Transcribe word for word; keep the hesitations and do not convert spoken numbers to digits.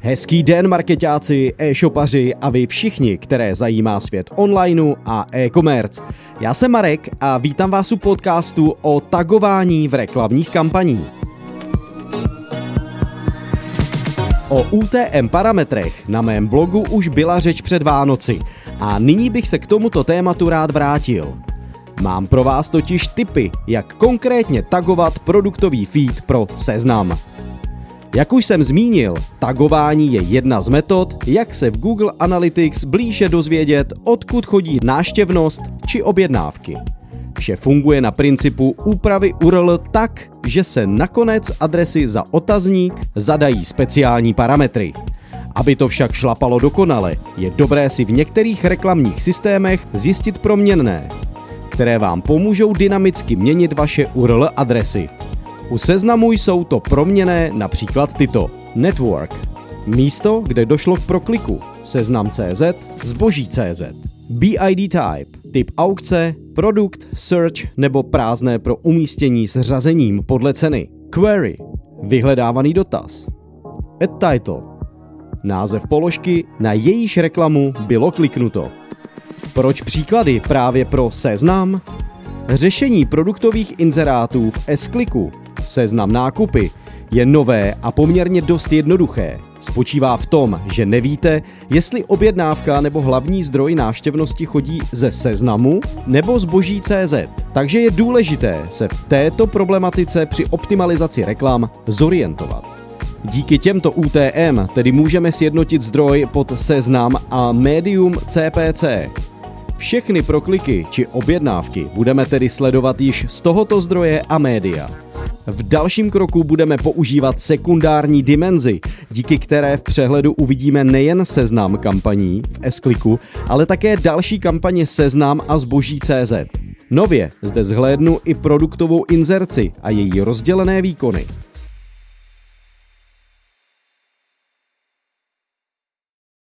Hezký den, markeťáci, e-shopaři a vy všichni, které zajímá svět onlineu a e-commerce. Já jsem Marek a vítám vás u podcastu o tagování v reklamních kampaních. O U T M parametrech na mém blogu už byla řeč před Vánoci a nyní bych se k tomuto tématu rád vrátil. Mám pro vás totiž tipy, jak konkrétně tagovat produktový feed pro Seznam. Jak už jsem zmínil, tagování je jedna z metod, jak se v Google Analytics blíže dozvědět, odkud chodí návštěvnost či objednávky. Vše funguje na principu úpravy U R L tak, že se nakonec adresy za otazník zadají speciální parametry. Aby to však šlapalo dokonale, je dobré si v některých reklamních systémech zjistit proměnné, které vám pomůžou dynamicky měnit vaše U R L adresy. U Seznamu jsou to proměnné například tyto: Network, místo, kde došlo k prokliku, Seznam tečka cé zet, zboží tečka cé zet, B I D type, typ aukce, produkt, search nebo prázdné pro umístění s řazením podle ceny, query, vyhledávaný dotaz, ad title, název položky, na jejíž reklamu bylo kliknuto. Proč příklady právě pro Seznam? Řešení produktových inzerátů v S-kliku, Seznam nákupy, je nové a poměrně dost jednoduché. Spočívá v tom, že nevíte, jestli objednávka nebo hlavní zdroj návštěvnosti chodí ze Seznamu nebo zboží tečka cé zet. Takže je důležité se v této problematice při optimalizaci reklam zorientovat. Díky těmto U T M tedy můžeme sjednotit zdroj pod Seznam a médium C P C. Všechny prokliky či objednávky budeme tedy sledovat již z tohoto zdroje a média. V dalším kroku budeme používat sekundární dimenzi, díky které v přehledu uvidíme nejen Seznam kampaní v S-kliku, ale také další kampaně Seznam a zboží tečka cé zet. Nově zde zhlédnu i produktovou inzerci a její rozdělené výkony.